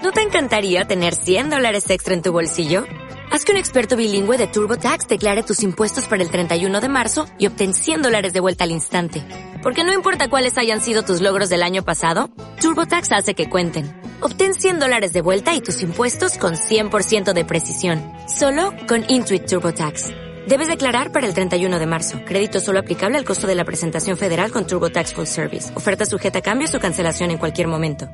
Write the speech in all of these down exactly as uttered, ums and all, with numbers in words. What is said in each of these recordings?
¿No te encantaría tener cien dólares extra en tu bolsillo? Haz que un experto bilingüe de TurboTax declare tus impuestos para el treinta y uno de marzo y obtén cien dólares de vuelta al instante. Porque no importa cuáles hayan sido tus logros del año pasado, TurboTax hace que cuenten. Obtén cien dólares de vuelta y tus impuestos con cien por ciento de precisión. Solo con Intuit TurboTax. Debes declarar para el treinta y uno de marzo. Crédito solo aplicable al costo de la presentación federal con TurboTax Full Service. Oferta sujeta a cambios o cancelación en cualquier momento.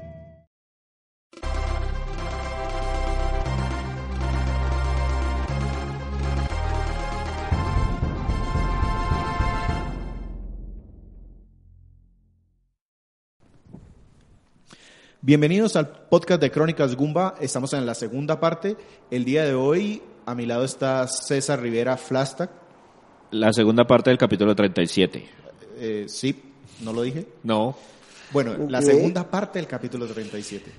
Bienvenidos al podcast de Crónicas Goomba. Estamos en la segunda parte. El día de hoy, a mi lado está César Rivera Flastak. La segunda parte del capítulo treinta y siete. Eh, sí, ¿no lo dije? No. Bueno, okay. La segunda parte del capítulo treinta y siete.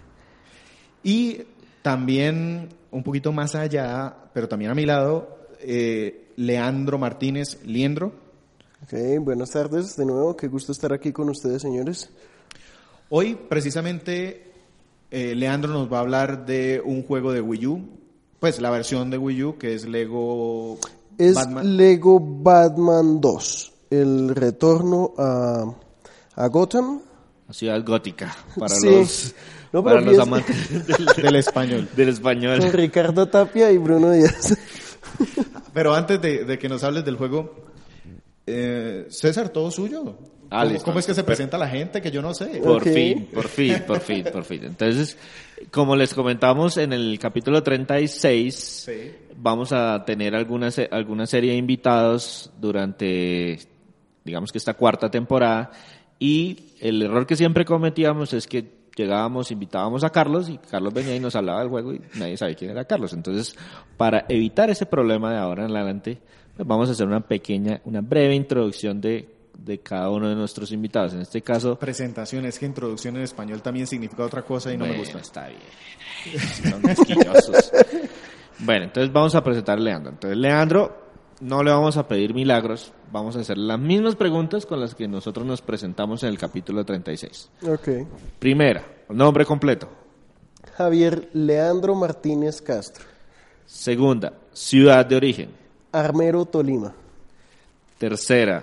Y también, un poquito más allá, pero también a mi lado, eh, Leandro Martínez Liendro. Ok, buenas tardes de nuevo. Qué gusto estar aquí con ustedes, señores. Hoy, precisamente, eh, Leandro nos va a hablar de un juego de Wii U, pues la versión de Wii U, que es Lego es Batman. Lego Batman dos, el retorno a, a Gotham. A Ciudad Gótica, para sí. los, no, para los es... amantes del, del español. Del español. Con Ricardo Tapia y Bruno Díaz. Pero antes de, de que nos hables del juego, eh, César, todo suyo. Ah, ¿Cómo, ¿Cómo es que se presenta la gente? Que yo no sé. Por okay. fin, por fin, por fin, por fin. Entonces, como les comentamos en el capítulo treinta y seis, sí. Vamos a tener alguna, alguna serie de invitados durante, digamos que esta cuarta temporada, y el error que siempre cometíamos es que llegábamos, invitábamos a Carlos, y Carlos venía y nos hablaba del juego y nadie sabía quién era Carlos. Entonces, para evitar ese problema de ahora en adelante, pues vamos a hacer una pequeña, una breve introducción de de cada uno de nuestros invitados. En este caso... Presentación, es que introducción en español también significa otra cosa y no bueno, me gusta. Está bien. Son quisquillosos. Bueno, entonces vamos a presentar a Leandro. Entonces, Leandro, no le vamos a pedir milagros, vamos a hacer las mismas preguntas con las que nosotros nos presentamos en el capítulo treinta y seis. Ok. Primera, nombre completo. Javier Leandro Martínez Castro. Segunda, ciudad de origen. Armero, Tolima. Tercera,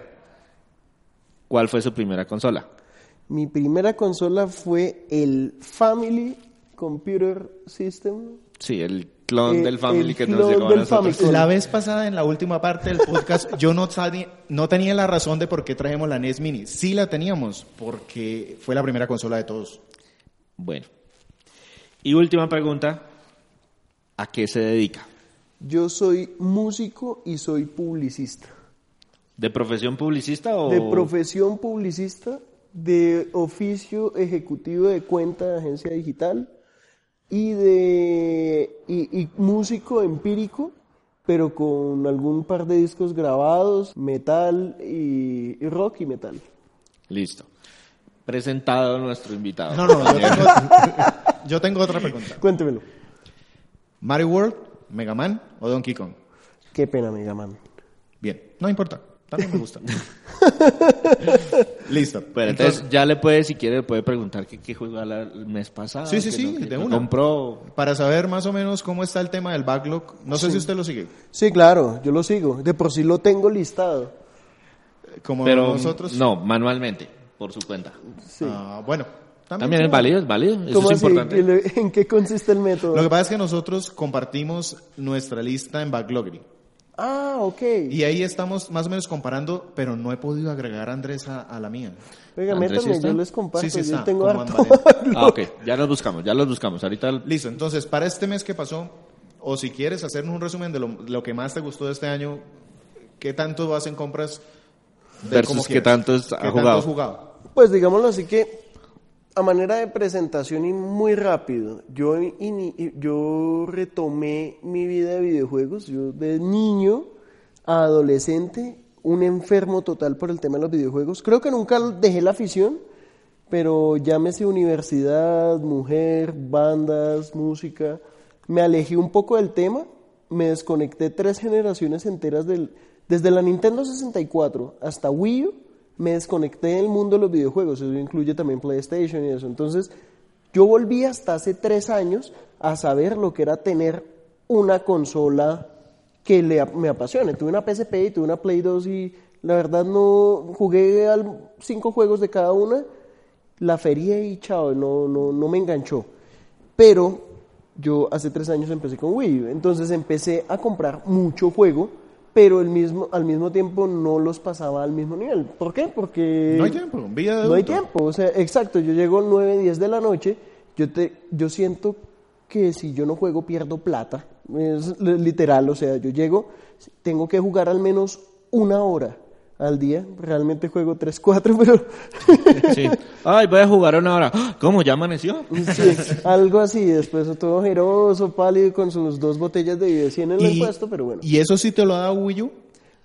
¿cuál fue su primera consola? Mi primera consola fue el Family Computer System. Sí, el clon eh, del Family que nos clon llegó a nosotros. Famicom. La vez pasada, en la última parte del podcast, yo no, sabía, no tenía la razón de por qué traemos la N E S Mini. Sí la teníamos, porque fue la primera consola de todos. Bueno. Y última pregunta, ¿a qué se dedica? Yo soy músico y soy publicista. ¿De profesión publicista o...? De profesión publicista, de oficio ejecutivo de cuenta de agencia digital y de y, y músico empírico, pero con algún par de discos grabados, metal y, y rock y metal. Listo. Presentado nuestro invitado. No, no, yo tengo, yo tengo otra pregunta. Cuéntemelo. ¿Mario World, Mega Man o Donkey Kong? Qué pena, Mega Man. Bien, no importa. También me gusta. Listo. Pero entonces, entonces, ya le puede, si quiere, le puede preguntar qué, qué jugó el mes pasado. Sí, sí, sí, no, de no una. Compró. Para saber más o menos cómo está el tema del backlog. No sé sí. si usted lo sigue. Sí, claro, yo lo sigo. De por sí lo tengo listado. Como Pero nosotros. No, manualmente, por su cuenta. Sí. Ah, bueno. También, también es válido, es válido. Eso ¿Cómo es así? importante. ¿En qué consiste el método? Lo que pasa es que nosotros compartimos nuestra lista en Backloggery. Ah, ok. Y ahí estamos más o menos comparando, pero no he podido agregar a Andrés a, a la mía. Oiga, ¿Andrés métanme, sí yo les comparto. Sí, sí yo está, tengo como harto. Ah, ok, ya los buscamos, ya los buscamos. Ahorita... Listo, entonces, para este mes que pasó, o si quieres hacernos un resumen de lo, lo que más te gustó de este año, ¿qué tanto vas en compras? Versus qué tanto has ¿Qué jugado? tanto has jugado? Pues digámoslo así que, a manera de presentación y muy rápido, yo, in, yo retomé mi vida de videojuegos. Yo de niño a adolescente, un enfermo total por el tema de los videojuegos. Creo que nunca dejé la afición, pero llámese universidad, mujer, bandas, música, me alejé un poco del tema, me desconecté tres generaciones enteras del, desde la Nintendo sesenta y cuatro hasta Wii U, me desconecté del mundo de los videojuegos. Eso incluye también PlayStation y eso. Entonces, Yo volví hasta hace tres años a saber lo que era tener una consola que le, me apasione. Tuve una P S P y tuve una Play dos y la verdad no jugué al, cinco juegos de cada una, la ferié y chao, no, no, no me enganchó. Pero yo hace tres años empecé con Wii U, entonces empecé a comprar mucho juego, pero el mismo, al mismo tiempo no los pasaba al mismo nivel. ¿Por qué? Porque no hay tiempo, vida de adulto. No hay tiempo, o sea, exacto, yo llego nueve, diez de la noche, yo, te, yo siento que si yo no juego pierdo plata, es literal, o sea, yo llego, tengo que jugar al menos una hora al día, realmente juego tres, cuatro, pero... Sí. Ay, voy a jugar una hora. ¿Cómo? ¿Ya amaneció? Sí, algo así, después todo ojeroso, pálido, con sus dos botellas de Vive cien en el Y- puesto, pero bueno. ¿Y eso sí te lo ha dado Wii U?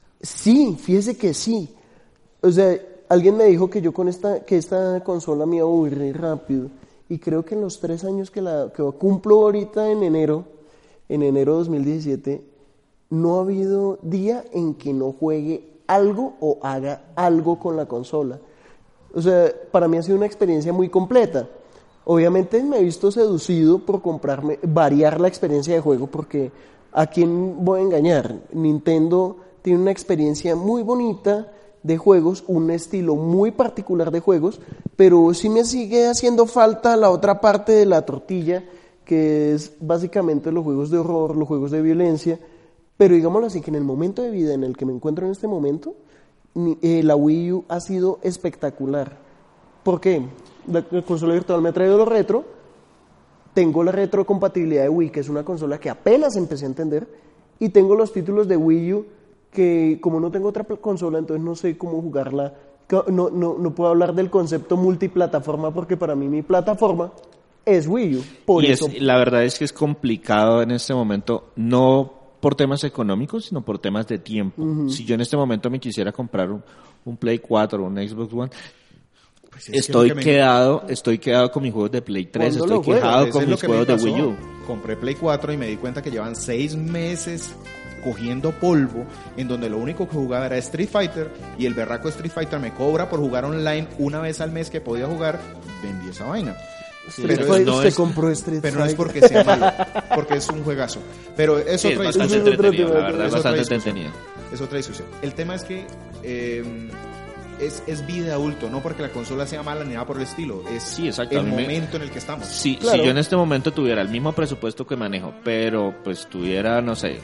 Sí, fíjese que sí. O sea, alguien me dijo que yo con esta, que esta consola me iba a aburrir rápido. Y creo que en los tres años que la que cumplo ahorita en enero, en enero de dos mil diecisiete, no ha habido día en que no juegue algo o haga algo con la consola. O sea, para mí ha sido una experiencia muy completa. Obviamente me he visto seducido por comprarme, variar la experiencia de juego, porque ¿a quién voy a engañar? Nintendo tiene una experiencia muy bonita de juegos, un estilo muy particular de juegos, pero sí me sigue haciendo falta la otra parte de la tortilla, que es básicamente los juegos de horror, los juegos de violencia. Pero digámoslo así, que en el momento de vida en el que me encuentro en este momento, ni- eh, la Wii U ha sido espectacular. ¿Por qué? La, la consola virtual me ha traído lo retro, tengo la retrocompatibilidad de Wii, que es una consola que apenas empecé a entender, y tengo los títulos de Wii U, que como no tengo otra pl- consola, entonces no sé cómo jugarla, ca- no, no, no puedo hablar del concepto multiplataforma, porque para mí mi plataforma es Wii U. Por y eso... es, la verdad es que es complicado en este momento, no por temas económicos, sino por temas de tiempo. Si yo en este momento me quisiera comprar un, un Play cuatro o un Xbox One, Pues es que estoy lo que me- quedado, estoy quedado con mis juegos de Play tres, ¿Cuándo estoy lo juegas? quejado Eso con es lo mis que me juegos de pasó. Wii U. Compré Play cuatro y me di cuenta que llevan seis meses cogiendo polvo, en donde lo único que jugaba era Street Fighter, y el berraco Street Fighter me cobra por jugar online una vez al mes que podía jugar, vendí esa vaina. Street Pero Fighter, no usted es- compró Street Pero no es Fighter. porque sea malo, porque es un juegazo. Pero es Sí, es otra bastante discusión. entretenido, la Es verdad, es otra bastante discusión. entretenido. Es otra discusión. El tema es que eh, es, es vida de adulto, no porque la consola sea mala ni nada por el estilo. Es Sí, exacto. A el mí me- momento en el que estamos. Si, Claro. si yo en este momento tuviera el mismo presupuesto que manejo, pero pues tuviera, no sé,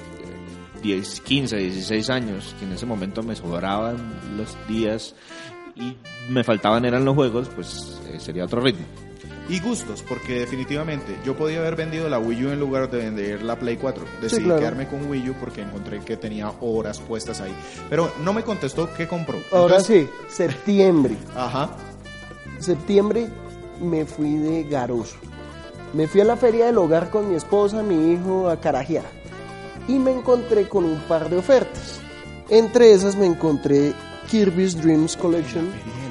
diez, quince, dieciséis años, que en ese momento me sobraban los días y me faltaban eran los juegos, pues eh, sería otro ritmo. Y gustos, porque definitivamente yo podía haber vendido la Wii U en lugar de vender la Play cuatro. Decidí claro. quedarme con Wii U porque encontré que tenía horas puestas ahí. Pero no me contestó qué compró. Ahora Entonces- sí, septiembre. Ajá. Septiembre me fui de garoso. Me fui a la feria del hogar con mi esposa, mi hijo, a carajear. Y me encontré con un par de ofertas. Entre esas me encontré Kirby's Dreams Collection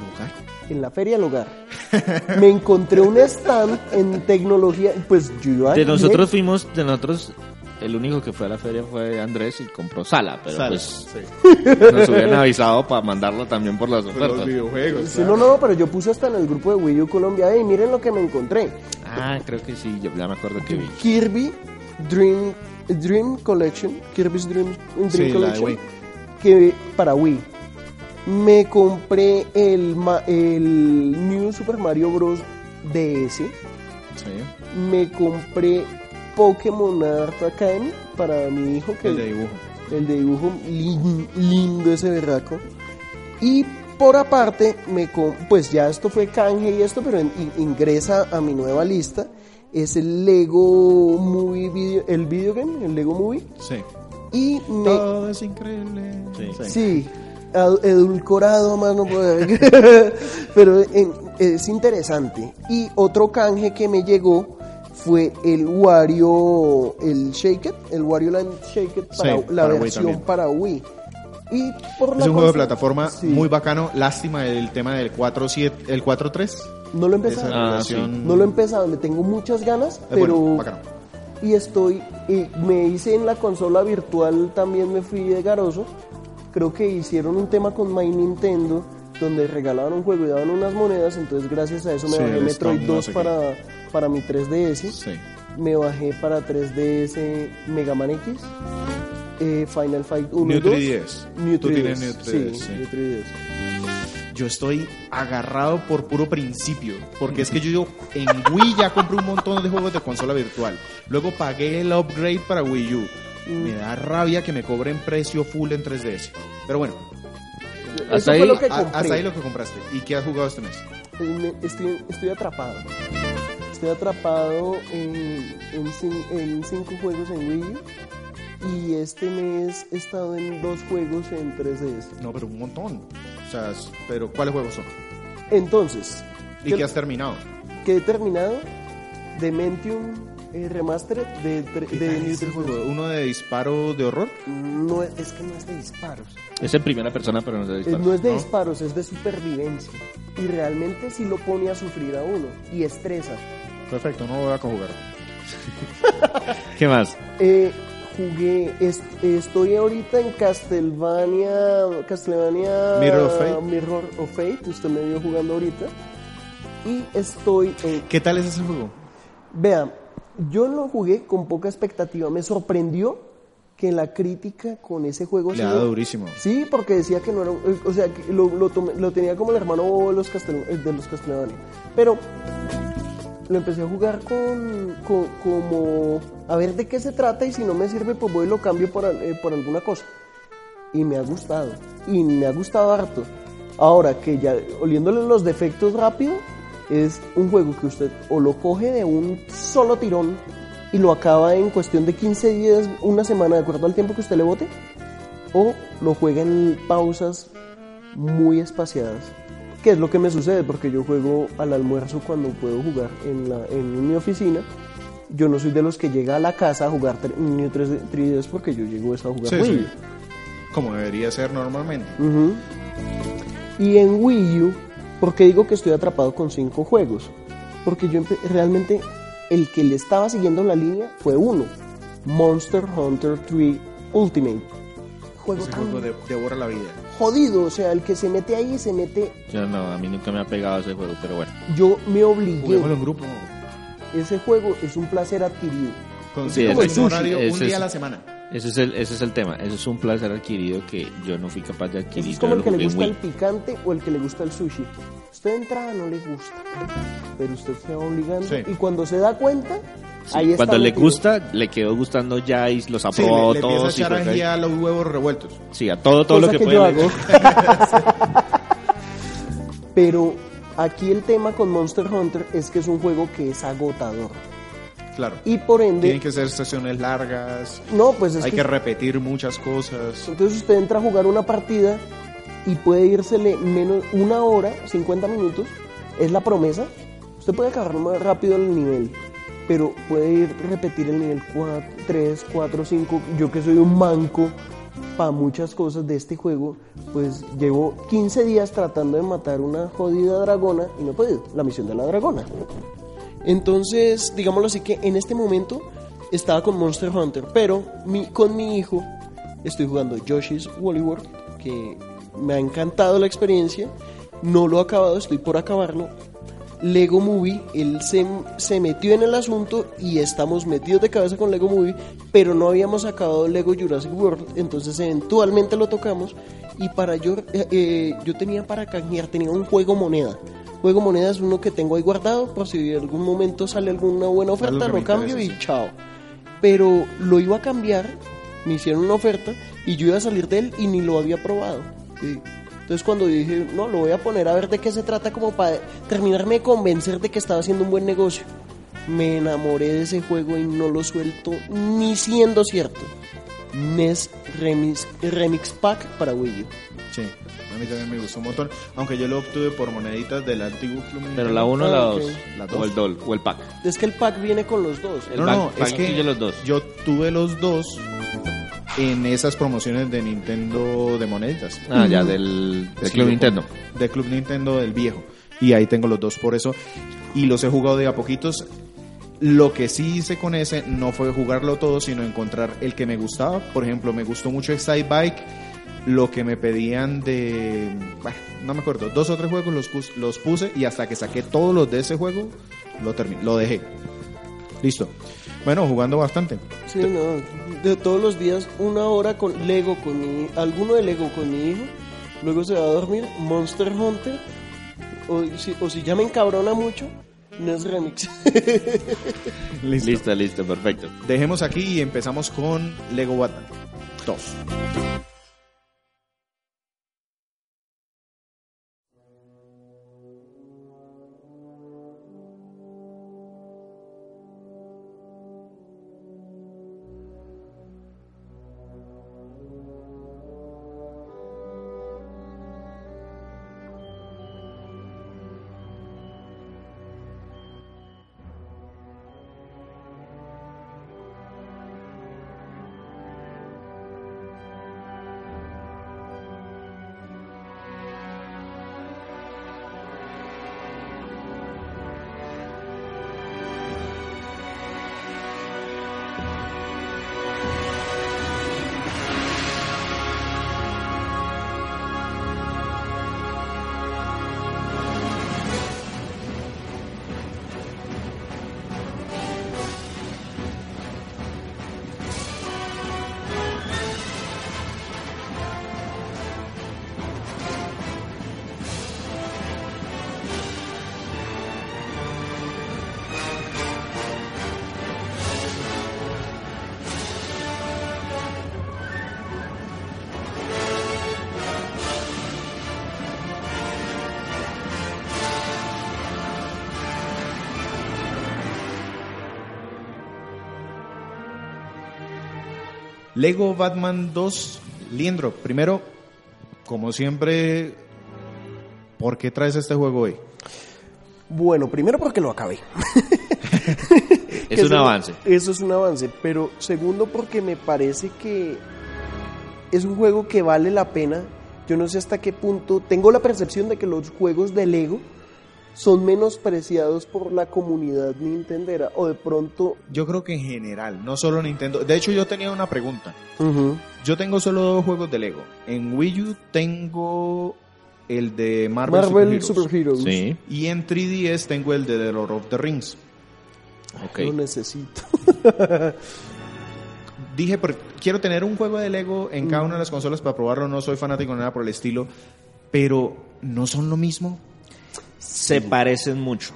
en la feria del hogar. Me encontré un stand en tecnología, pues yo iba De nosotros fuimos, de nosotros, el único que fue a la feria fue Andrés y compró sala, pero Sala, pues sí. nos hubieran avisado para mandarlo también por las Por los ofertas. videojuegos. Sí, claro. no, no, pero yo puse hasta en el grupo de Wii U Colombia, y miren lo que me encontré. Ah, creo que sí, yo ya me acuerdo que vi. Kirby Dream, Dream Collection, Kirby's Dream, Dream Sí, la de Collection, Wii. que para Wii. Me compré el, ma- el New Super Mario Bros. D S. Sí, Me compré Pokémon Art Academy para mi hijo, que el de dibujo. el de dibujo lin- lindo ese berraco. Y por aparte, me com- pues ya esto fue canje y esto, pero en- in- ingresa a mi nueva lista. Es el Lego Movie Video, el video game, el Lego Movie. Sí. Y me, Todo es increíble. Sí. sí, ad- edulcorado más no poder. Pero en- es interesante. Y otro canje que me llegó fue el Wario, el Shake It, el Wario Land Shake It para Sí, la para Wii versión también. para Wii. Y por la Es un juego de consola- plataforma sí. muy bacano. Lástima el tema del cuatro siete, el cuatro tres. No lo he empezado. Esa Ah, relación. No lo he empezado, le tengo muchas ganas, Es pero bueno, bacano. y estoy y me hice en la consola virtual, también me fui de garoso. Creo que hicieron un tema con My Nintendo donde regalaban un juego y daban unas monedas, entonces gracias a eso me Sí, bajé el Metroid Stone, no dos sé para, para mi tres D S, Sí. me bajé para tres D S Mega Man X, eh, Final Fight uno New y dos. tres D S. New Tú tres D tienes S, New tres D S, sí, sí. New tres D S. Yo estoy agarrado por puro principio, porque es que yo, yo en Wii ya compré un montón de juegos de consola virtual. Luego pagué el upgrade para Wii U. Me da rabia que me cobren precio full en tres D S. Pero bueno, Eso Hasta fue ahí- lo que a- compré. hasta ahí lo que compraste. ¿Y qué has jugado este mes? Eh, me- Estoy, estoy atrapado. Estoy atrapado en, en, cin- en cinco juegos en Wii U. Y este mes he estado en dos juegos en tres D S. No, pero un montón. O sea, es- pero ¿cuáles juegos son? Entonces, ¿Y qué has terminado? que he terminado Dementium eh, Remastered de, tre- ¿Qué de tal New ese tres D S. juego? ¿Uno de disparo de horror? No es, es que no es de disparos. Es en primera persona, pero no es de Eh, disparos. No es de ¿no? disparos, es de supervivencia. Y realmente sí lo pone a sufrir a uno. Y estresa. Perfecto, no voy a jugar. ¿Qué más? Eh, jugué, est- estoy ahorita en Castlevania, Castlevania Mirror of Fate. Mirror of Fate, usted me vio jugando ahorita. Y estoy en... ¿Qué tal es ese juego? Vean, yo lo jugué con poca expectativa. Me sorprendió que la crítica con ese juego... Le se ha dio- dado durísimo. Sí, porque decía que no era... un- O sea, que lo, lo, tomé- lo tenía como el hermano bobo de los, Castel, de los Castlevania. Pero lo empecé a jugar con, con- como... A ver de qué se trata y si no me sirve, pues voy y lo cambio por, al- eh, por alguna cosa. Y me ha gustado. Y me ha gustado harto. Ahora que ya oliéndole los defectos rápido, es un juego que usted o lo coge de un solo tirón y lo acaba en cuestión de quince días, una semana, de acuerdo al tiempo que usted le bote, o lo juega en pausas muy espaciadas. ¿Qué es lo que me sucede? Porque yo juego al almuerzo cuando puedo jugar en, la, en mi oficina. Yo no soy de los que llega a la casa a jugar tre- New tres D S porque yo llego es a jugar Sí, Wii. sí. Como debería ser normalmente. Ujú. Y en Wii U, ¿por qué digo que estoy atrapado con cinco juegos? Porque yo empe- realmente el que le estaba siguiendo la línea fue uno, Monster Hunter tres Ultimate. Juego Ese tan juego de- devora la vida. jodido, o sea, el que se mete ahí se mete. Yo no, a mí nunca me ha pegado ese juego, pero bueno. Yo me obligué. Juguémoslo en grupo. Ese juego es un placer adquirido. Con Sí, cinco ese- en un horario, ese un día es- a la semana. Ese es el, ese es el tema. Eso es un placer adquirido que yo no fui capaz de Ese adquirir. es como Yo el que lo le jugué en gusta el Wii. picante o el que le gusta el sushi. Usted de entrada no le gusta, pero usted se va obligando Sí. y cuando se da cuenta, Sí, ahí está cuando le metido. gusta, le quedó gustando ya y los Sí, aprobó le, le empieza a todos. y echar juega ají ahí. a los huevos revueltos. Sí, a todo, todo lo Cosa que, que puede. yo le- hago. Pero aquí el tema con Monster Hunter es que es un juego que es agotador. Claro. Y por ende, Tienen que ser sesiones largas. no, pues es Hay que, que repetir muchas cosas. entonces usted entra a jugar una partida y puede irsele menos una hora, cincuenta minutos, es la promesa. Usted puede acabar más rápido el nivel, pero puede ir repetir el nivel cuatro, tres, cuatro, cinco. Yo que soy un manco para muchas cosas de este juego, pues llevo quince días tratando de matar una jodida dragona y no he podido, la misión de la dragona. Entonces, digámoslo así que en este momento estaba con Monster Hunter, pero mi, con mi hijo estoy jugando Yoshi's Woolly World, que me ha encantado la experiencia, no lo he acabado, estoy por acabarlo. Lego Movie, él se, se metió en el asunto y estamos metidos de cabeza con Lego Movie, pero no habíamos acabado Lego Jurassic World, entonces eventualmente lo tocamos y para yo, eh, eh, yo tenía para canjear, tenía un juego moneda. Juego moneda es uno que tengo ahí guardado por si en algún momento sale alguna buena Algo oferta, que lo me cambio interesa, y sí. chao. Pero lo iba a cambiar, me hicieron una oferta y yo iba a salir de él y ni lo había probado. Y entonces cuando dije, no, lo voy a poner a ver de qué se trata como para terminarme de convencer de que estaba haciendo un buen negocio. Me enamoré de ese juego y no lo suelto ni siendo cierto. N E S Remix, Remix Pack para Wii U. Sí, a mí también me gustó un montón. Aunque yo lo obtuve por moneditas del antiguo Club Pero Nintendo. la uno o la Ah, dos. ok. La O dos. el doll, o el pack. Es que el pack viene con los dos. El No, pack- no, pack es que incluye los dos. yo tuve los dos en esas promociones de Nintendo de moneditas. Ah, ya, del, del Sí, Club yo- Nintendo. De Club Nintendo del viejo. Y ahí tengo los dos por eso. Y los he jugado de a poquitos. Lo que sí hice con ese no fue jugarlo todo, sino encontrar el que me gustaba. Por ejemplo, me gustó mucho Excite Bike lo que me pedían de, bueno, no me acuerdo, dos o tres juegos los, pus- los puse y hasta que saqué todos los de ese juego, lo terminé, lo dejé. Listo. Bueno, jugando bastante. Sí, no, de todos los días una hora con Lego con mi, alguno de Lego con mi hijo, luego se va a dormir, Monster Hunter, o si, o si ya me encabrona mucho, N E S Remix. Listo. Listo, listo, perfecto. Dejemos aquí y empezamos con Lego Batman dos. Lego Batman dos, Liendro, primero, como siempre, ¿por qué traes este juego hoy? Bueno, primero porque lo acabé. Es un avance. Eso es un avance, pero segundo porque me parece que es un juego que vale la pena. Yo no sé hasta qué punto, tengo la percepción de que los juegos de Lego son menospreciados por la comunidad nintendera, o de pronto... Yo creo que en general, no solo Nintendo. De hecho, yo tenía una pregunta. Uh-huh. Yo tengo solo dos juegos de Lego. En Wii U tengo el de Marvel, Marvel Super, Super Heroes. Heroes. Sí. Y en tres D S tengo el de The Lord of the Rings. Ok. Lo necesito. Dije, pero quiero tener un juego de Lego en cada una de las consolas para probarlo. No soy fanático de nada por el estilo. Pero, ¿no son lo mismo? Se parecen mucho.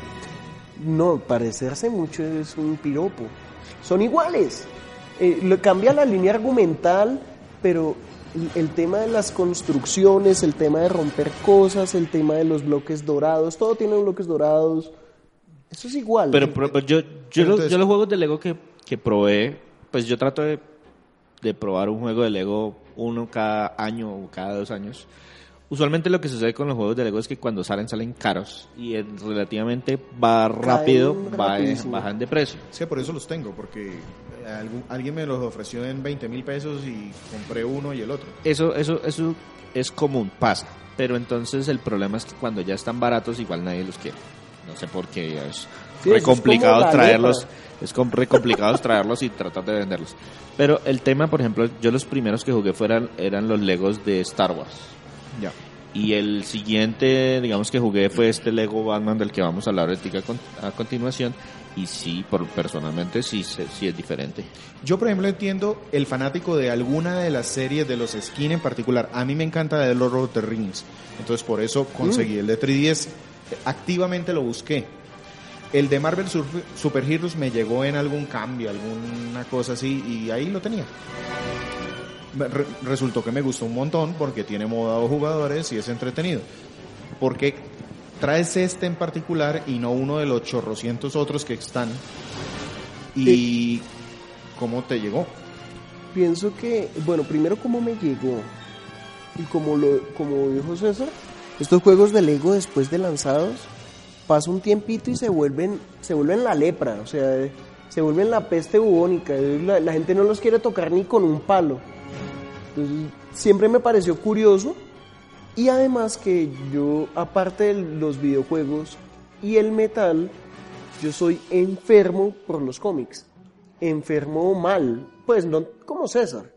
No, parecerse mucho es un piropo. Son iguales. Eh, lo, cambia la línea argumental, pero el, el tema de las construcciones, el tema de romper cosas, el tema de los bloques dorados, todo tiene bloques dorados. Eso es igual. Pero, pero- pero yo, yo, Pero los, entonces- yo los juegos de Lego que, que probé, pues yo trato de, de probar un juego de Lego uno cada año o cada dos años. Usualmente lo que sucede con los juegos de Lego es que cuando salen, salen caros y eh, relativamente va rápido, va, rapidísimo. bajan de precio. Es que por eso los tengo, porque eh, algún- alguien me los ofreció en veinte mil pesos y compré uno y el otro. Eso, eso, eso es común, pasa. Pero entonces el problema es que cuando ya están baratos, igual nadie los quiere. No sé por qué, es Sí, re eso es complicado como la traerlos. lepra. Es com- re complicado traerlos y tratar de venderlos. Pero el tema, por ejemplo, yo los primeros que jugué fueran, eran los Legos de Star Wars. Ya. Y el siguiente, digamos que jugué fue este Lego Batman del que vamos a hablar ahorita a, con- a continuación. Y sí, por, personalmente sí, se- sí es diferente. Yo, por ejemplo, entiendo el fanático de alguna de las series de los skin en particular. A mí me encanta The Lord of the Rings. Entonces, por eso conseguí el de tres D S. Activamente lo busqué. El de Marvel Sur- Super Heroes me llegó en algún cambio, alguna cosa así, y ahí lo tenía. Re- resultó que me gustó un montón porque tiene modo a dos jugadores y es entretenido. ¿Por qué traes este en particular y no uno de los chorrocientos otros que están? ¿Y cómo te llegó? Pienso que, bueno, primero cómo me llegó y como lo como dijo César, estos juegos de Lego después de lanzados pasa un tiempito y se vuelven se vuelven la lepra, o sea, se vuelven la peste bubónica, la, la gente no los quiere tocar ni con un palo. Entonces, siempre me pareció curioso y además que yo, aparte de los videojuegos y el metal, yo soy enfermo por los cómics, enfermo mal, pues no como César,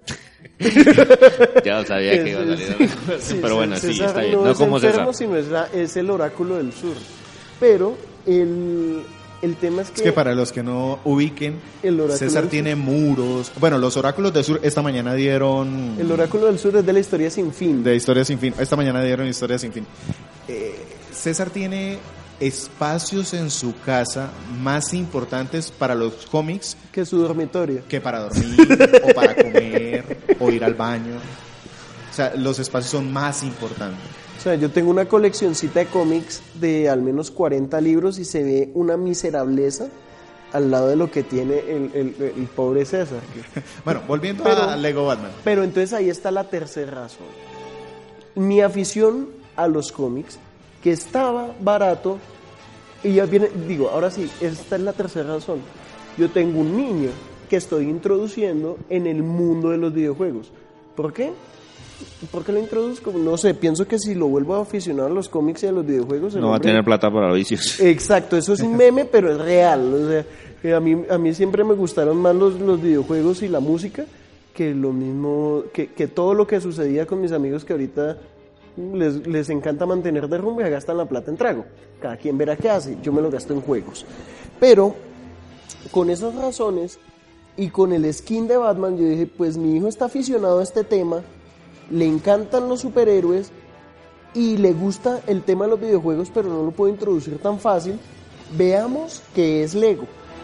Ya sabía que iba a salir. Sí, pero bueno, César sí, está bien. No, No es como enfermo, César. sino es, la- es el oráculo del sur. Pero el, el tema es que... Es que para los que no ubiquen, El oráculo César del tiene muros. Bueno, los oráculos del sur esta mañana dieron... El oráculo del sur es de la historia sin fin. De Historia sin fin. Esta mañana dieron Historia sin fin. Eh, César tiene espacios en su casa más importantes para los cómics Que es su dormitorio. que para dormir o para comer o ir al baño. O sea, los espacios son más importantes. O sea, yo tengo una coleccioncita de cómics de al menos cuarenta libros y se ve una miserableza al lado de lo que tiene el, el, el pobre César. que- Bueno, volviendo Pero- a Lego Batman. Pero entonces ahí está la tercera razón. Mi afición a los cómics, que estaba barato, y ya viene, digo, ahora sí, esta es la tercera razón. Yo tengo un niño que estoy introduciendo en el mundo de los videojuegos. ¿Por qué? ¿Por qué lo introduzco? No sé, pienso que si lo vuelvo a aficionar a los cómics y a los videojuegos... el No va a hombre- tener plata para vicios. Exacto, eso es un meme, pero es real. O sea, que a mí, a mí siempre me gustaron más los, los videojuegos y la música que lo mismo, que, que todo lo que sucedía con mis amigos que ahorita les, les encanta mantener de rumbo y gastan la plata en trago. Cada quien verá qué hace, yo me lo gasto en juegos. Pero con esas razones y con el skin de Batman, yo dije, pues mi hijo está aficionado a este tema, le encantan los superhéroes y le gusta el tema de los videojuegos, pero no lo puedo introducir tan fácil. Veamos qué es Lego.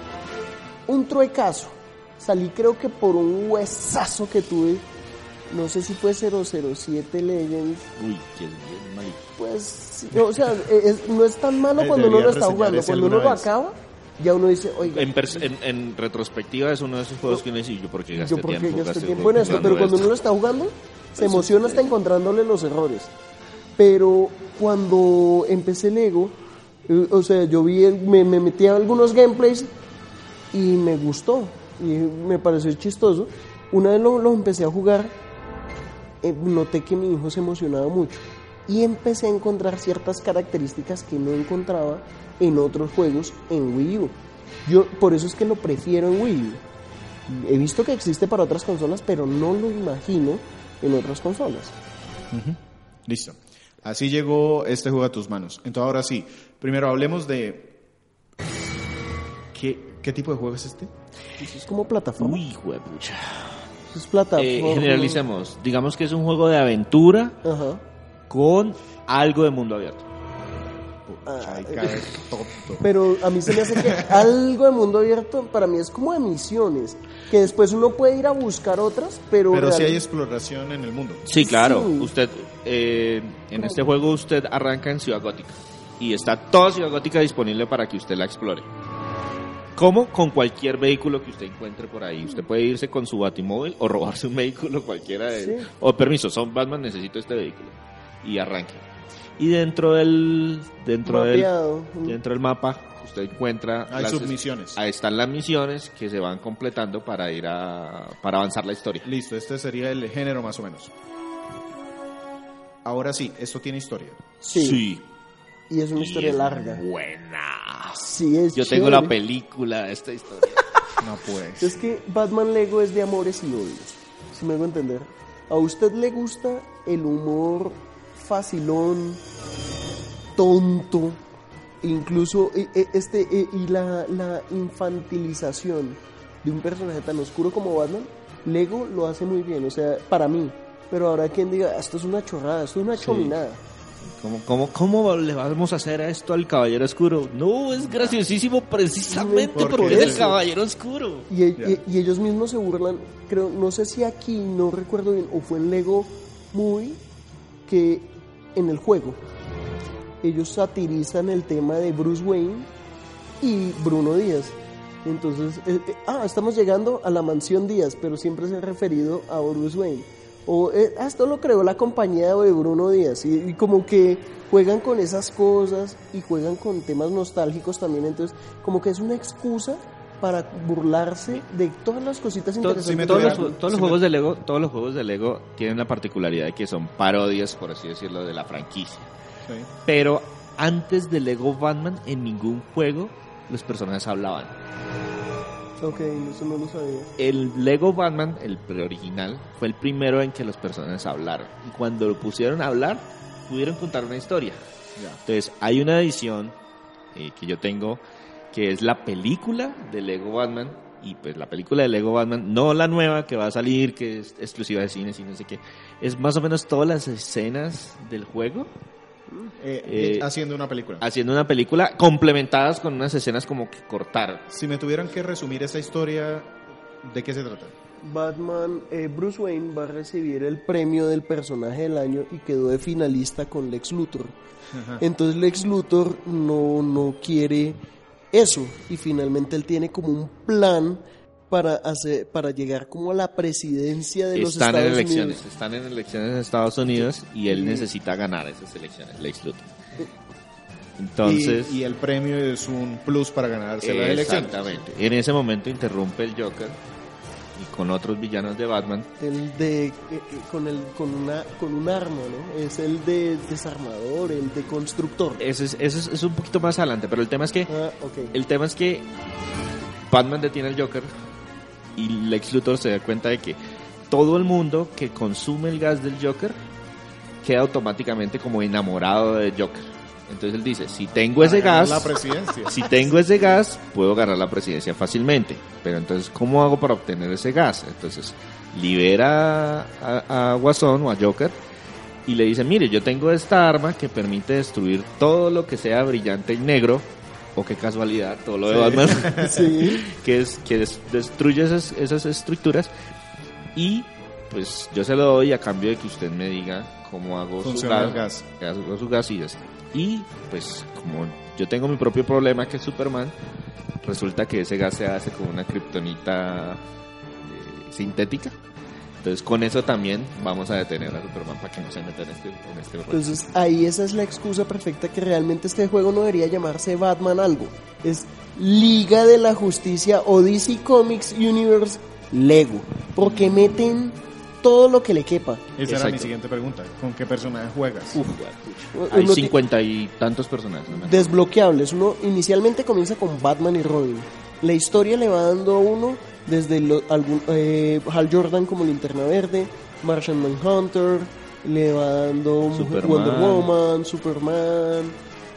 Un truecazo. Salí creo que por un huesazo que tuve, no sé si fue cero cero siete Legends, Uy, que es bien malito. pues, sí, o sea, es- no es tan malo Eh, cuando uno lo deberías está reseñar jugando, ese cuando uno lo alguna vez. acaba, ya uno dice, oiga, En, pers- en, en retrospectiva es uno de esos juegos que uno dice, yo porque gasté yo porque tiempo, gasté gasté tiempo en esto, pero cuando uno lo está jugando, se emociona hasta encontrándole los errores. Pero cuando empecé Lego, eh, o sea, yo vi, el- me, me metí a algunos gameplays y me gustó, y me pareció chistoso. Una vez lo, lo empecé a jugar, eh, noté que mi hijo se emocionaba mucho y empecé a encontrar ciertas características que no encontraba en otros juegos en Wii U. Yo, por eso es que lo prefiero en Wii U. He visto que existe para otras consolas, pero no lo imagino en otras consolas. Listo. Así llegó este juego a tus manos. Entonces ahora sí, primero hablemos de... ¿Qué, qué tipo de juego es este? Eso es como plataforma. Uy, juepucha. Eso es plataforma. Eh, generalicemos. Digamos que es un juego de aventura Ajá. con algo de mundo abierto. Ah, Ay, cae tonto. Pero a mí se me hace que algo de mundo abierto para mí es como de misiones, que después uno puede ir a buscar otras, pero... Pero sí real- hay exploración en el mundo. Sí, claro. Sí. Usted, eh, en este juego usted arranca en Ciudad Gótica y está toda Ciudad Gótica disponible para que usted la explore. Como con cualquier vehículo que usted encuentre por ahí. Usted puede irse con su batimóvil o robarse un vehículo cualquiera de... Sí. O permiso, son Batman, necesito este vehículo. Y arranque. Y dentro del... Dentro del, Mapeado. dentro del mapa usted encuentra... Hay las- submisiones. Ahí están las misiones que se van completando para ir a... para avanzar la historia. Listo, este sería el género más o menos. Ahora sí, esto tiene historia. Sí. Y es una Y historia es larga. Buena. Sí, es Yo tengo chévere. la película de esta historia. No pues. Es que Batman Lego es de amores y odios, si me hago entender. ¿A usted le gusta el humor facilón, tonto, incluso eh, eh, este eh, y la, la infantilización de un personaje tan oscuro como Batman? Lego lo hace muy bien, o sea, para mí. Pero ahora quien diga, esto es una chorrada, esto es una chominada. ¿Cómo, cómo, ¿Cómo le vamos a hacer a esto al Caballero Oscuro? No, es graciosísimo precisamente Porque porque es el eso. Caballero Oscuro. Y, e- Ya. y- y ellos mismos se burlan, creo, no sé si aquí, no recuerdo bien, o fue en Lego Movie, que en el juego ellos satirizan el tema de Bruce Wayne y Bruno Díaz. Entonces, eh, eh, ah, estamos llegando a la mansión Díaz, pero siempre se ha referido a Bruce Wayne. O eh, ah, esto lo creó la compañía de Bruno Díaz. Y, y como que juegan con esas cosas y juegan con temas nostálgicos también. Entonces, como que es una excusa para burlarse de todas las cositas Todo- interesantes. sí me todos tuviera- los, todos los sí me- juegos de Lego, todos los juegos de Lego tienen la particularidad de que son parodias, por así decirlo, de la franquicia. Sí. Pero antes de Lego Batman, en ningún juego los personajes hablaban. Ok, eso no lo sabía. El Lego Batman, el original, fue el primero en que los personajes hablaron. Y cuando lo pusieron a hablar, pudieron contar una historia. Ya. Entonces, hay una edición eh, que yo tengo, que es la película de Lego Batman. Y pues la película de Lego Batman, no la nueva que va a salir, que es exclusiva de cines y no sé qué. Es más o menos todas las escenas del juego. Eh, Eh, haciendo una película. Haciendo una película complementadas con unas escenas como que cortaron. Si me tuvieran que resumir esa historia, ¿de qué se trata? Batman, eh, Bruce Wayne va a recibir el premio del personaje del año y quedó de finalista con Lex Luthor. Ajá. Entonces Lex Luthor no, no quiere eso y finalmente él tiene como un plan para hacer, para llegar como a la presidencia de los Están Estados en elecciones, Unidos. están en elecciones en Estados Unidos y él necesita ganar esas elecciones, Lex Luthor. Entonces, y, y el premio es un plus para ganarse las elecciones. exactamente. En ese momento interrumpe el Joker y con otros villanos de Batman. El de eh, eh, con el con una con un arma, ¿no? Es el de desarmador, el de constructor. Ese es, ese es, es un poquito más adelante, pero el tema es que Ah, okay. el tema es que Batman detiene al Joker y Lex Luthor se da cuenta de que todo el mundo que consume el gas del Joker queda automáticamente como enamorado del Joker. Entonces él dice, si tengo ese Para ganar gas, la presidencia. si tengo ese gas, puedo ganar la presidencia fácilmente. Pero entonces, ¿cómo hago para obtener ese gas? Entonces, libera a, a Guasón o a Joker y le dice, mire, yo tengo esta arma que permite destruir todo lo que sea brillante y negro, o qué casualidad, todo lo de Batman, Sí. que es que des- destruye esas, esas estructuras, y pues yo se lo doy a cambio de que usted me diga cómo hago su Funciona gas, el gas. que hago su gas y ya está. Y pues como yo tengo mi propio problema que es Superman, resulta que ese gas se hace con una kriptonita eh, sintética. Entonces con eso también vamos a detener a Superman para que no se meta en este, en este rollo. Entonces ahí esa es la excusa perfecta que realmente este juego no debería llamarse Batman algo. Es Liga de la Justicia o D C Comics Universe Lego. Porque meten todo lo que le quepa. Esa era mi Exacto. siguiente pregunta. ¿Con qué personaje juegas? Uf, Uno hay ti- cincuenta y tantos personajes. ¿no? Desbloqueables. Uno inicialmente comienza con Batman y Robin. La historia le va dando a uno desde lo- algún, eh, Hal Jordan como Linterna Verde, Martian Manhunter, le va dando Superman. Wonder Woman, Superman,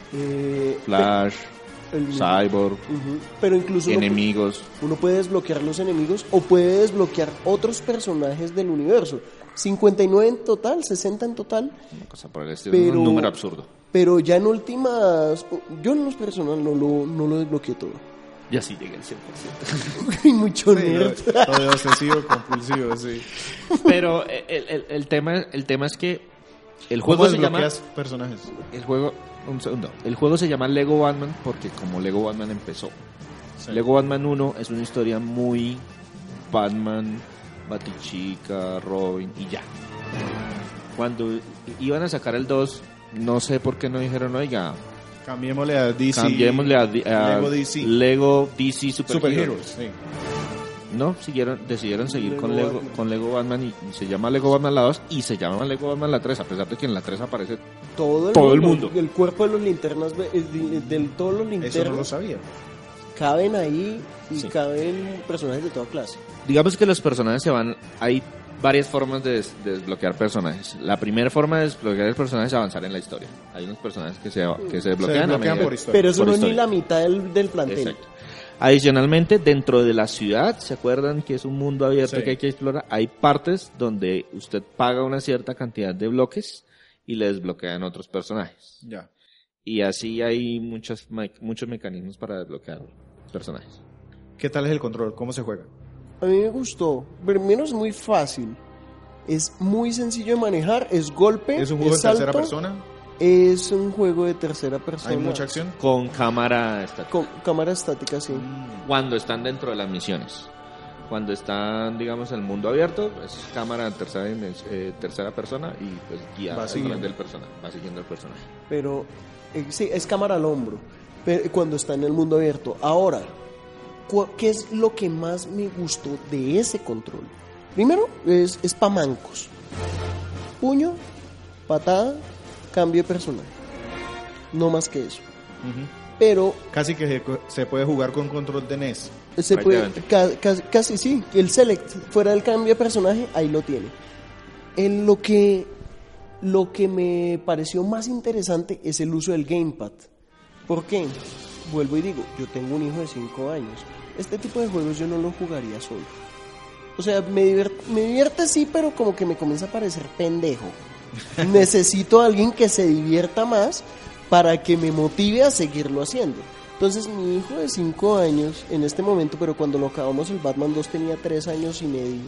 eh, Flash, el- Cyborg, Ujú. Pero incluso uno, enemigos. uno puede desbloquear los enemigos o puede desbloquear otros personajes del universo. cincuenta y nueve en total, sesenta en total. Una cosa por el estilo, Pero- un número absurdo. Pero ya en últimas, yo en los personal no lo, no lo desbloqueé todo. Ya sí llegué al cien por ciento. Hay mucho Sí, lo, nerd. lo de obsesivo, compulsivo, sí. Pero el, el, el tema, el tema es que el ¿Cómo juego se llama... desbloqueas personajes? El juego, un segundo. El juego se llama Lego Batman porque como Lego Batman empezó. Sí. Lego Batman uno es una historia muy Batman, Batichica, Robin y ya. Cuando iban a sacar el dos, no sé por qué no dijeron, oiga, Cambiémosle a D C. cambiémosle a, di- a Lego D C. Lego D C Super, Super Heroes. Heroes, sí. No, siguieron, decidieron seguir Lego con Lego, Batman. con Lego Batman y, y se llama Lego Batman la dos y se llama Lego Batman la tres, a pesar de que en la tres aparece Todo el, Todo el mundo, mundo. El cuerpo de los linternas, ve- eh, de, de todos los Eso no lo linternas, sabía. caben ahí y Sí. caben personajes de toda clase. Digamos que los personajes se van. Hay varias formas de, des- de desbloquear personajes. La primera forma de desbloquear el personaje es avanzar en la historia. Hay unos personajes que se, que se desbloquean, a desbloquean medida- por historia. Pero eso por no es ni historia. la mitad del, del plantel. Exacto. Adicionalmente, dentro de la ciudad, ¿se acuerdan que es un mundo abierto Sí. que hay que explorar? Hay partes donde usted paga una cierta cantidad de bloques y le desbloquean otros personajes. Ya. Y así hay muchos, me- muchos mecanismos para desbloquear personajes. ¿Qué tal es el control? ¿Cómo se juega? A mí me gustó. Primero es muy fácil. Es muy sencillo de manejar. Es golpe. ¿Es un juego en salto, tercera persona? Es un juego de tercera persona. ¿Hay mucha acción? Con cámara estática. Con cámara estática, sí. Cuando están dentro de las misiones. Cuando están, digamos, en el mundo abierto, es cámara en tercera, dimens- eh, tercera persona y pues guía Va a siguiendo. través del personaje, va siguiendo el personaje. Pero eh, sí, es cámara al hombro. Pero, cuando está en el mundo abierto. Ahora, cu- ¿qué es lo que más me gustó de ese control? Primero, es, es pa' mancos. Puño, patada, cambio de personaje. No más que eso. Ujú. Pero Casi que se, se puede jugar con control de N E S. Se puede, ca, ca, casi sí, el select, fuera del cambio de personaje, ahí lo tiene. En lo que, lo que me pareció más interesante es el uso del gamepad. ¿Por qué? Vuelvo y digo, yo tengo un hijo de cinco años. Este tipo de juegos yo no lo jugaría solo. O sea, me divierte, me divierte sí, pero como que me comienza a parecer pendejo. Necesito a alguien que se divierta más para que me motive a seguirlo haciendo. Entonces mi hijo de cinco años en este momento, pero cuando lo acabamos el Batman dos tenía tres años y medio,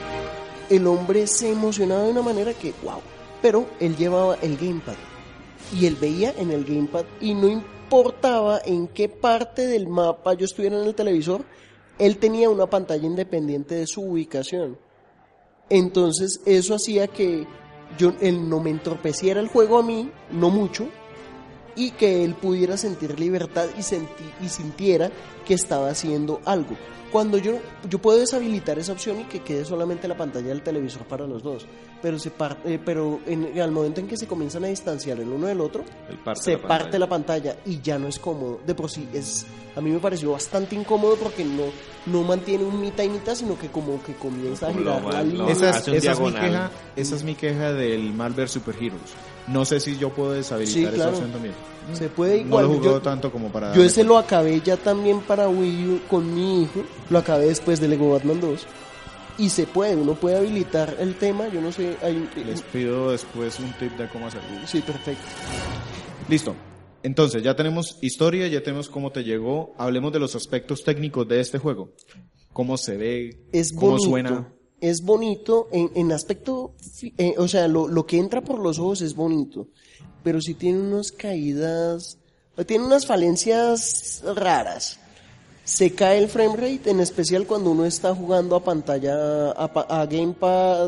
el hombre se emocionaba de una manera que wow, pero él llevaba el gamepad y él veía en el gamepad y no importaba en qué parte del mapa yo estuviera en el televisor, él tenía una pantalla independiente de su ubicación. Entonces eso hacía que yo, él no me entorpeciera el juego a mí, no mucho, y que él pudiera sentir libertad y, senti, y sintiera que estaba haciendo algo. Cuando yo, yo puedo deshabilitar esa opción y que quede solamente la pantalla del televisor para los dos, pero, se par, eh, pero en, al momento en que se comienzan a distanciar el uno del otro, parte se la parte la pantalla y ya no es cómodo. De por sí, es, a mí me pareció bastante incómodo porque no, no mantiene un mitad y mitad, sino que como que comienza a girar la línea. Esa es, esa es mi queja, esa es mi queja del Marvel Super Heroes. No sé si yo puedo deshabilitar sí, claro. esa opción también. Se puede igual. No lo jugó yo, tanto como para... Yo ese lo acabé ya también para Wii U con mi hijo. Lo acabé después de Lego Batman dos. Y se puede, uno puede habilitar el tema. Yo no sé... Hay, Les pido después un tip de cómo hacerlo. Sí, perfecto. Listo. Entonces, ya tenemos historia, ya tenemos cómo te llegó. Hablemos de los aspectos técnicos de este juego. Cómo se ve, es cómo bonito. suena... Es bonito en, en aspecto, eh, o sea, lo, lo que entra por los ojos es bonito, pero sí tiene unas caídas, tiene unas falencias raras. Se cae el frame rate, en especial cuando uno está jugando a pantalla, a, a gamepad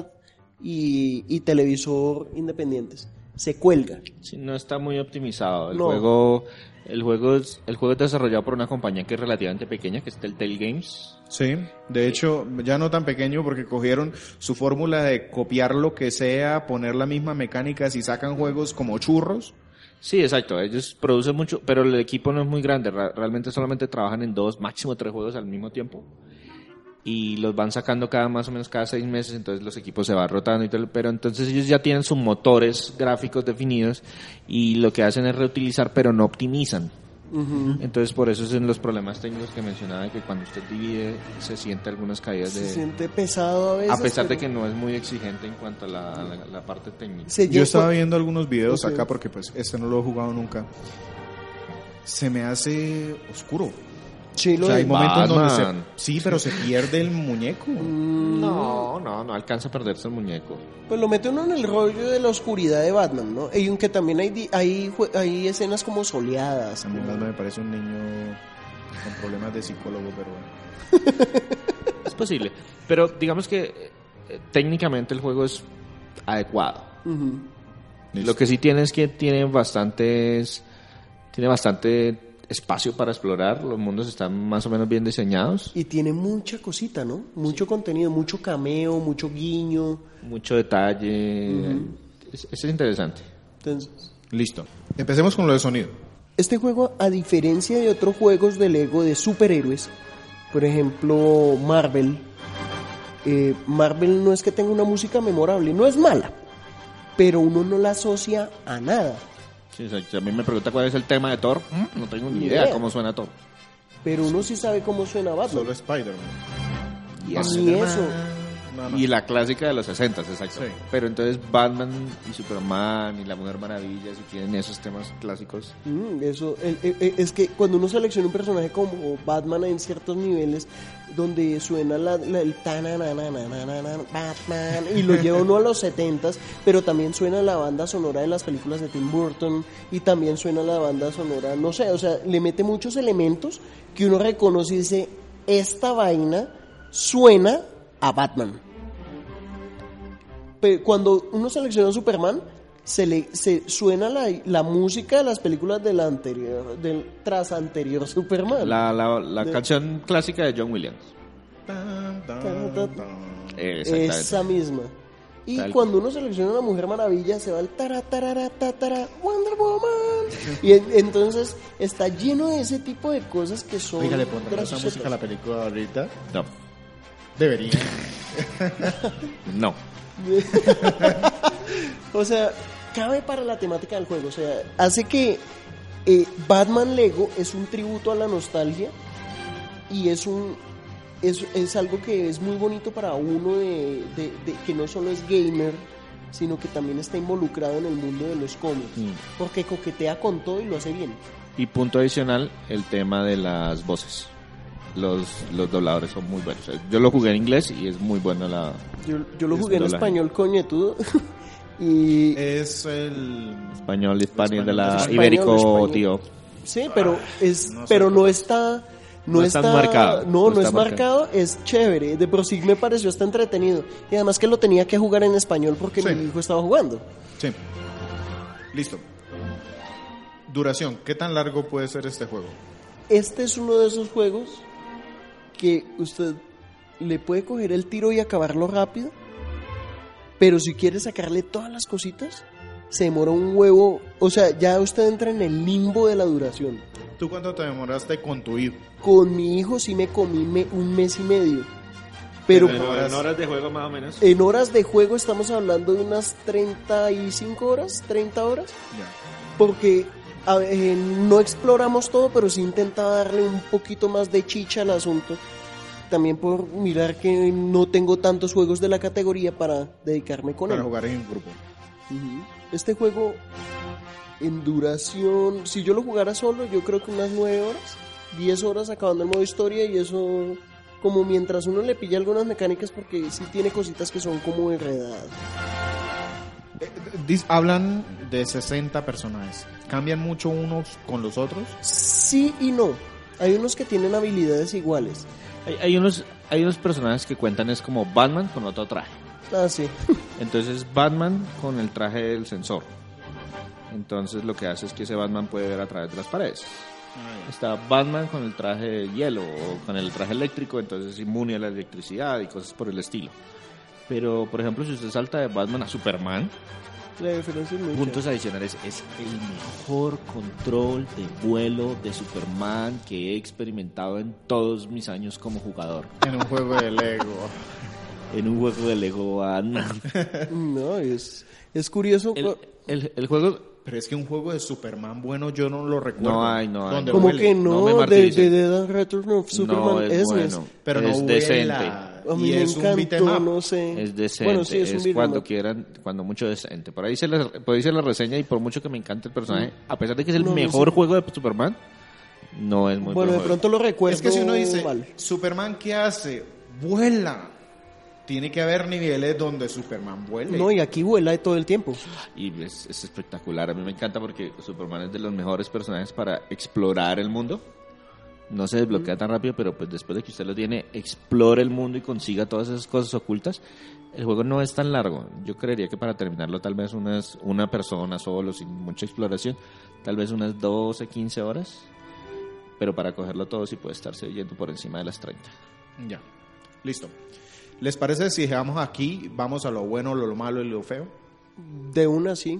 y, y televisor independientes. Se cuelga. Sí, no está muy optimizado. El no. juego, el juego es, el juego es desarrollado por una compañía que es relativamente pequeña, que es Telltale Games. Sí, de hecho, ya no tan pequeño porque cogieron su fórmula de copiar lo que sea, poner la misma mecánica y sacan juegos como churros. Sí, exacto, ellos producen mucho, pero el equipo no es muy grande, realmente solamente trabajan en dos, máximo tres juegos al mismo tiempo. Y los van sacando cada más o menos cada seis meses, entonces los equipos se van rotando y todo, pero entonces ellos ya tienen sus motores gráficos definidos y lo que hacen es reutilizar, pero no optimizan. Uh-huh. Entonces por eso son los problemas técnicos que mencionaba, que cuando usted divide se siente algunas caídas de... Se siente pesado a veces. A pesar pero... de que no es muy exigente en cuanto a la, a la, la parte técnica. Se Yo estaba viendo algunos videos okay. acá porque pues este no lo he jugado nunca. Se me hace oscuro. Sí, lo o sea, hay momentos Batman. donde se, sí, pero se pierde el muñeco. No, no, no alcanza a perderse el muñeco. Pues lo mete uno en el rollo de la oscuridad de Batman, ¿no? Y aunque también hay, hay, hay escenas como soleadas. A mí como... me parece un niño con problemas de psicólogo, pero bueno. Es posible. Pero digamos que eh, técnicamente el juego es adecuado. Uh-huh. Lo que sí tiene es que tiene bastantes, tiene bastante espacio para explorar, los mundos están más o menos bien diseñados. Y tiene mucha cosita, ¿no? Mucho sí. contenido, mucho cameo, mucho guiño. Mucho detalle. Uh-huh. es, es interesante. Entonces, listo. Empecemos con lo de sonido. Este juego, a diferencia de otros juegos de Lego de superhéroes, por ejemplo, Marvel, eh, Marvel no es que tenga una música memorable, no es mala, pero uno no la asocia a nada. Sí, o sea, si a mí me pregunta cuál es el tema de Thor, no tengo ni idea, idea cómo suena Thor. Pero uno sí sabe cómo suena Batman. Solo Spider-Man. Y así eso. No, no. Y la clásica de los sesentas, exacto. Sí. Pero entonces Batman y Superman y la Mujer Maravilla, si tienen esos temas clásicos. Mm, eso, el, el, es que cuando uno selecciona un personaje como Batman en ciertos niveles, donde suena la, la, el tanananananana, Batman, y lo lleva uno a los setentas, pero también suena la banda sonora de las películas de Tim Burton, y también suena la banda sonora, no sé, o sea, le mete muchos elementos que uno reconoce y dice, esta vaina suena a Batman. Pero cuando uno selecciona a Superman, se le se suena la, la música de las películas del anterior, del tras anterior Superman. La, la, la de, canción clásica de John Williams. Ta, ta, ta, esa misma. Y Tal cuando uno selecciona a la Mujer Maravilla, se va el tara, tarara, ta, tara, Wonder Woman. Y en- entonces está lleno de ese tipo de cosas que son Oiga, le pondrán esa graciosas. música a la película ahorita. No, Debería. no. O sea, cabe para la temática del juego. O sea, hace que eh, Batman Lego es un tributo a la nostalgia y es un es, es algo que es muy bonito para uno de, de- de- que no solo es gamer, sino que también está involucrado en el mundo de los cómics, Mm. porque coquetea con todo y lo hace bien. Y punto adicional, el tema de las voces. Los, los dobladores son muy buenos. Yo lo jugué en inglés y es muy bueno la... Yo, yo lo Es jugué en doblaje. español, coñetudo. y Es el... español, español de español, la español, ibérico, español. tío. sí, pero es no sé pero qué no pasa. está no, No está está marcado, no, no no está es marcado, es chévere. De por sí me pareció hasta entretenido. Y además que lo tenía que jugar en español porque Sí. mi hijo estaba jugando. Sí. Listo. Duración. ¿Qué tan largo puede ser este juego? Este es uno de esos juegos que usted le puede coger el tiro y acabarlo rápido, pero si quiere sacarle todas las cositas, se demora un huevo. O sea, ya usted entra en el limbo de la duración. ¿Tú cuánto te demoraste con tu hijo? Con mi hijo sí me comí me- un mes y medio, pero Pero en horas de juego más o menos. en horas de juego estamos hablando de unas treinta y cinco horas, treinta horas, Ya. porque a ver, eh, no exploramos todo, pero sí intentaba darle un poquito más de chicha al asunto. También por mirar que no tengo tantos juegos de la categoría para dedicarme con Para él. jugar en grupo. Ujú. Este juego en duración, si yo lo jugara solo, yo creo que unas nueve horas, diez horas acabando el modo historia, y eso como mientras uno le pilla algunas mecánicas, porque sí tiene cositas que son como enredadas. Eh, dis- Hablan de sesenta personajes. ¿Cambian mucho unos con los otros? Sí y no. Hay unos que tienen habilidades iguales. Hay, hay unos hay unos personajes que cuentan es como Batman con otro traje. Ah, sí. Entonces Batman con el traje del sensor. Entonces lo que hace es que ese Batman puede ver a través de las paredes. Está Batman con el traje de hielo o con el traje eléctrico, entonces es inmune a la electricidad y cosas por el estilo. Pero, por ejemplo, si usted salta de Batman a Superman, La diferencia es muy puntos chévere. adicionales, es el mejor control de vuelo de Superman que he experimentado en todos mis años como jugador. En un juego de Lego. En un juego de Lego Batman. No, es, es curioso. El, el, el juego... Pero es que un juego de Superman bueno yo no lo recuerdo. No hay, no hay. ¿Dónde Como huele? que no no, me de, martirice. de The Return of Superman no es es, bueno, Pero es no decente. huela. A mí Y me es un beat 'em encantó, up. no sé. Es decente, Bueno, sí, es, es, un beat'em cuando up. quieran, cuando mucho decente. Por ahí se la, por ahí se la reseña y por mucho que me encante el personaje, a pesar de que es el No, no mejor sé. juego de Superman, no es muy Bueno, de buen pronto lo recuerdo Es que si uno dice, mal. Superman, ¿qué hace? Vuela. Tiene que haber niveles donde Superman vuele. No, y aquí vuela de todo el tiempo. juego. Y es, es espectacular. A mí me encanta porque Superman es de los mejores personajes para explorar el mundo. No se desbloquea tan rápido, pero pues después de que usted lo tiene, explore el mundo y consiga todas esas cosas ocultas. El juego no es tan largo. Yo creería que para terminarlo tal vez unas, una persona solo, sin mucha exploración, tal vez unas doce, quince horas. Pero para cogerlo todo sí puede estarse yendo por encima de las treinta. Ya. Listo. ¿Les parece si dejamos aquí, vamos a lo bueno, lo malo y lo feo? De una sí.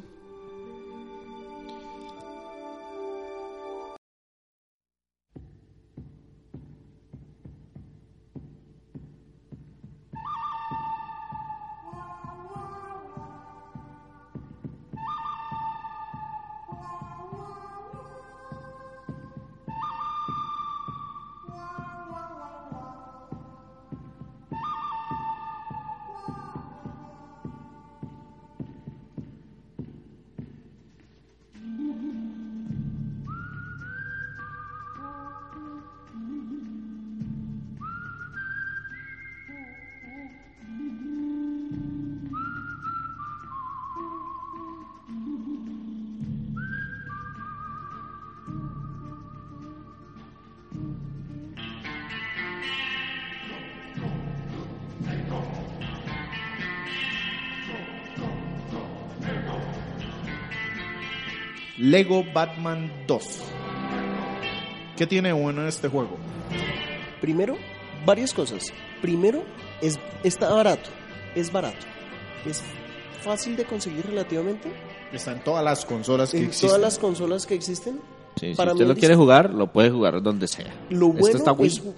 Lego Batman dos. ¿Qué tiene bueno en este juego? Primero, varias cosas. Primero, es, está barato. Es barato. Es fácil de conseguir relativamente. Está en todas las consolas que en existen. todas las consolas que existen. Sí, si Para usted mí lo es quiere dis- jugar, lo puede jugar donde sea. Lo Esto bueno está Wii. es...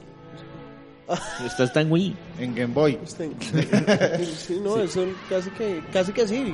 Esto está en Wii. En Game Boy. Este- sí, no, eso casi que, casi que así.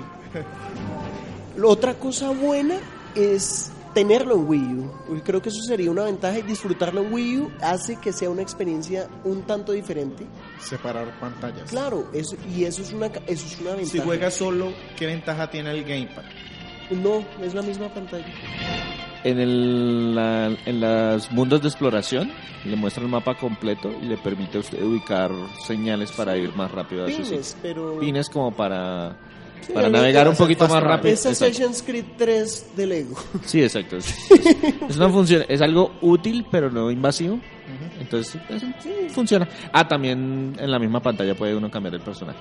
La otra cosa buena es tenerlo en Wii U. Yo creo que eso sería una ventaja y disfrutarlo en Wii U hace que sea una experiencia un tanto diferente. Separar pantallas. Claro, eso, y eso es una, eso es una ventaja. Si juegas solo, ¿qué ventaja tiene el Gamepad? No, es la misma pantalla. En, el, la, en los mundos de exploración le muestra el mapa completo y le permite a usted ubicar señales para ir más rápido a su Pines, sitio. pero... Pines como para, Sí, para el- navegar el- un poquito el- más rápido. Es Exacto. Assassin's Creed tres de Lego. Sí, exacto. Es, es- es una función, es algo útil pero no invasivo. Entonces, es- sí, funciona. Ah, también en la misma pantalla puede uno cambiar el personaje.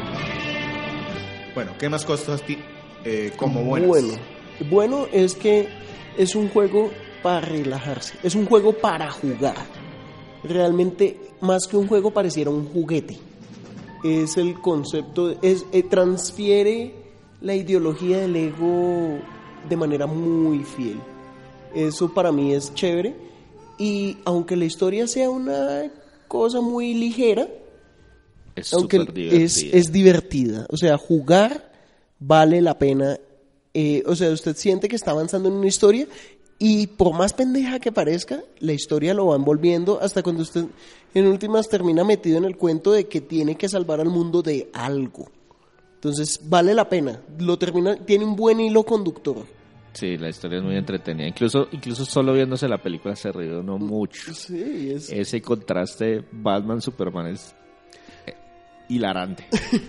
Bueno, ¿qué más cosas ti eh, como buenas? Bueno, bueno es que es un juego para relajarse, es un juego para jugar. Realmente, más que un juego, pareciera un juguete. Es el concepto, es eh, transfiere la ideología del Lego de manera muy fiel. Eso para mí es chévere. Y aunque la historia sea una cosa muy ligera, Es aunque súper divertida. es, es divertida. O sea, jugar vale la pena. Eh, o sea, usted siente que está avanzando en una historia y por más pendeja que parezca, la historia lo va envolviendo hasta cuando usted en últimas termina metido en el cuento de que tiene que salvar al mundo de algo. Entonces, vale la pena. Lo termina, tiene un buen hilo conductor. Sí, la historia es muy entretenida. Incluso, incluso solo viéndose la película se ríe uno mucho. Sí, es... Ese contraste Batman-Superman es eh, hilarante.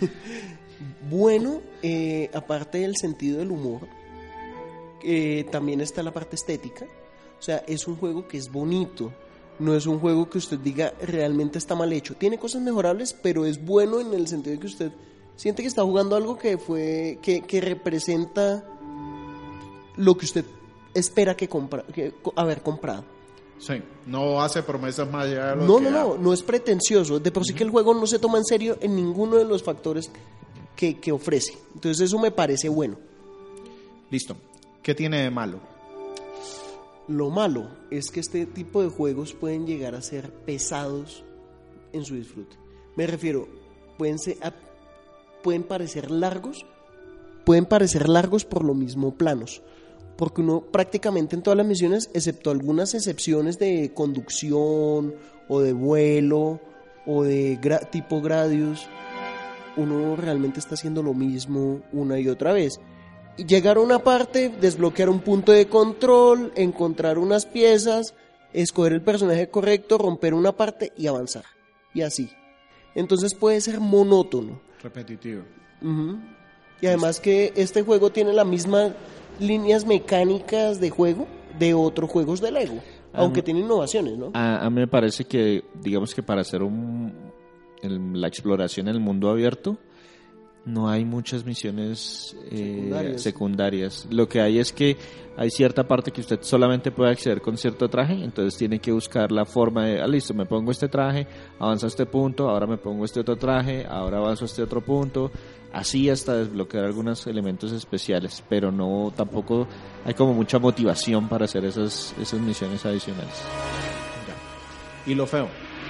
Bueno, eh, aparte del sentido del humor, eh, también está la parte estética. O sea, es un juego que es bonito. No es un juego que usted diga realmente está mal hecho. Tiene cosas mejorables, pero es bueno en el sentido de que usted siente que está jugando algo que fue que, que representa lo que usted espera que, compra, que co- haber comprado. Sí, no hace promesas más allá de lo No, que no, no, da. no es pretencioso. De por sí que el juego no se toma en serio en ninguno de los factores que, que ofrece. Entonces eso me parece bueno. Listo. ¿Qué tiene de malo? Lo malo es que este tipo de juegos pueden llegar a ser pesados en su disfrute. Me refiero, pueden ser, a- pueden parecer largos, pueden parecer largos por lo mismo planos. Porque uno prácticamente en todas las misiones, excepto algunas excepciones de conducción o de vuelo o de gra- tipo Gradius, uno realmente está haciendo lo mismo una y otra vez. Y llegar a una parte, desbloquear un punto de control, encontrar unas piezas, escoger el personaje correcto, romper una parte y avanzar. Y así. Entonces puede ser monótono. Repetitivo. Ujú. Y además que este juego tiene las mismas líneas mecánicas de juego de otros juegos de Lego, Ah, aunque no. tiene innovaciones, ¿no? A, a mí me parece que, digamos que para hacer un, el- la exploración en el mundo abierto, no hay muchas misiones eh, Secundarias. secundarias. Lo que hay es que hay cierta parte que usted solamente puede acceder con cierto traje, entonces tiene que buscar la forma de, ah, listo, me pongo este traje, avanzo a este punto, ahora me pongo este otro traje, ahora avanzo a este otro punto, así hasta desbloquear algunos elementos especiales, pero no, tampoco hay como mucha motivación para hacer esas, esas misiones adicionales. Ya. ¿Y lo feo?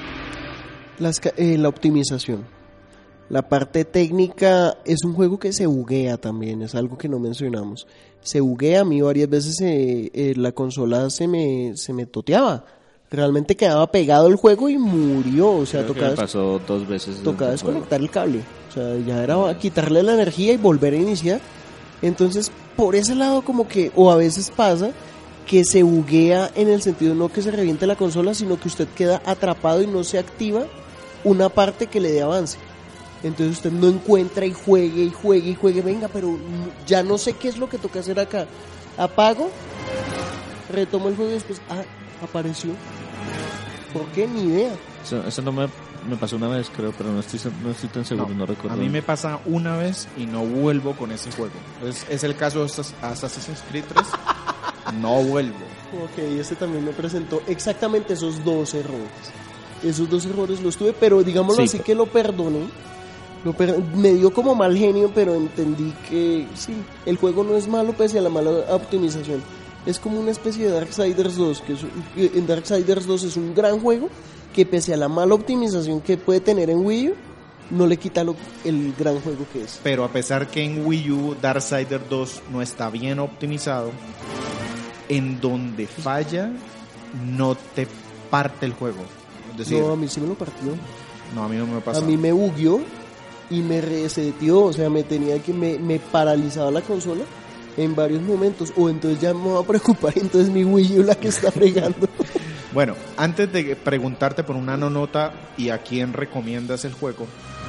Las ca- eh, la optimización. La parte técnica es un juego que se buguea también, es algo que no mencionamos. Se buguea, a mí varias veces eh, eh, la consola se me, se me toteaba. Realmente quedaba pegado el juego y murió, o sea, Creo que tocaba, me pasó dos veces. tocaba durante el juego. desconectar el cable. O sea, ya era quitarle la energía y volver a iniciar. Entonces, por ese lado como que, o a veces pasa que se buguea en el sentido no que se reviente la consola, sino que usted queda atrapado y no se activa una parte que le dé avance. Entonces usted no encuentra y juegue y juegue y juegue, venga, pero ya no sé qué es lo que toca hacer acá. Apago, retomo el juego y después, ah, apareció. ¿Por qué? Ni idea. Eso, eso no me, me pasó una vez, creo, pero no estoy, se- no estoy tan seguro, no, recuerdo. A mí me pasa una vez y no vuelvo con ese juego. Es, es el caso de Assas- Assassin's Creed tres. No vuelvo. Ok, ese también me presentó exactamente esos dos errores. Esos dos errores los tuve, pero digámoslo Sí. así que lo perdoné Lo per- me dio como mal genio, pero entendí que sí, el juego no es malo pese a la mala optimización. Es como una especie de Darksiders dos, que es, en Darksiders dos es un gran juego que pese a la mala optimización que puede tener en Wii U, no le quita lo, el gran juego que es. Pero a pesar que en Wii U Darksiders dos no está bien optimizado, en donde falla no te parte el juego. Es decir, No, a mí sí me lo partió. no, a mí no me pasa. A mí me bugueó y me reseteó, o sea, me tenía que me, me paralizaba la consola en varios momentos, o entonces ya me voy a preocupar, entonces mi Wii U la que está fregando. Bueno, antes de preguntarte por una nota y a quién recomiendas el juego,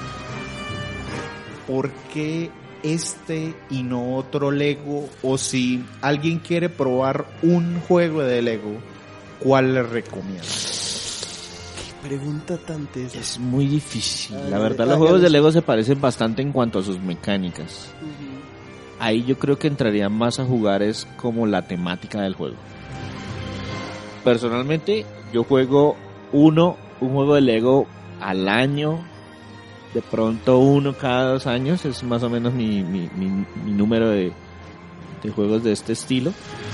¿por qué este y no otro Lego? O si alguien quiere probar un juego de Lego, ¿cuál le recomiendas? Pregunta tan tesa. Es muy difícil. Ay, La verdad, ay, los ay, juegos ay, de sí. Lego se parecen bastante en cuanto a sus mecánicas. Ujú. Ahí yo creo que entraría más a jugar es como la temática del juego. Personalmente, yo juego uno, un juego de Lego al año, de pronto uno cada dos años, es más o menos mi, mi, mi, mi número de, de juegos de este estilo.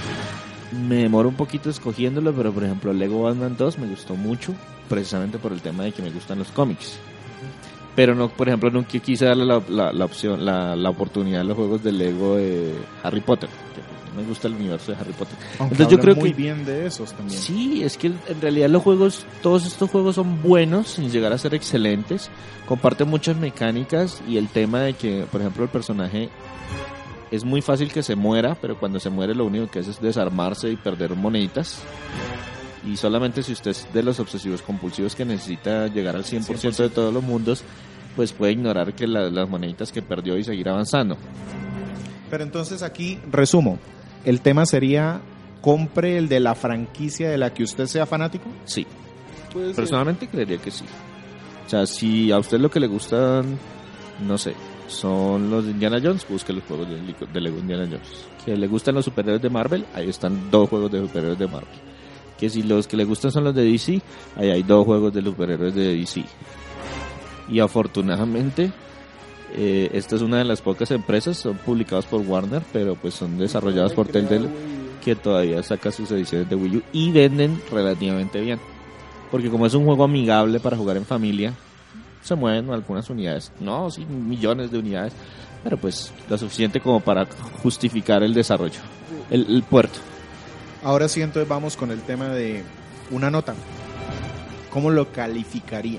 Me demoro un poquito escogiéndolo, pero por ejemplo Lego Batman dos me gustó mucho, precisamente por el tema de que me gustan los cómics. Pero no, por ejemplo, nunca quise darle la, la, la opción, la, la oportunidad a los juegos de Lego de Harry Potter, que pues, no me gusta el universo de Harry Potter. Aunque Entonces yo creo muy que bien de esos también. sí, es que en realidad los juegos, todos estos juegos son buenos sin llegar a ser excelentes, comparten muchas mecánicas y el tema de que, por ejemplo, el personaje es muy fácil que se muera, pero cuando se muere lo único que hace es desarmarse y perder moneditas. Y solamente si usted es de los obsesivos compulsivos que necesita llegar al cien por ciento de todos los mundos, pues puede ignorar que la, las moneditas que perdió y seguir avanzando. Pero entonces aquí, resumo, el tema sería, compre el de la franquicia de la que usted sea fanático. Sí, Puede ser. personalmente creería que sí. O sea, si a usted lo que le gustan, no sé, son los de Indiana Jones, busque los juegos de, de Lego Indiana Jones. Que le gustan los superhéroes de Marvel, ahí están dos juegos de superhéroes de Marvel. Que si los que le gustan son los de D C, ahí hay dos juegos de superhéroes de D C. Y afortunadamente, eh, esta es una de las pocas empresas, son publicados por Warner, pero pues son desarrollados por Telltale, que todavía saca sus ediciones de Wii U y venden relativamente bien. Porque como es un juego amigable para jugar en familia, se mueven algunas unidades, no, sí, millones de unidades, pero pues lo suficiente como para justificar el desarrollo, el, el puerto. Ahora sí, entonces vamos con el tema de una nota. ¿Cómo lo calificaría?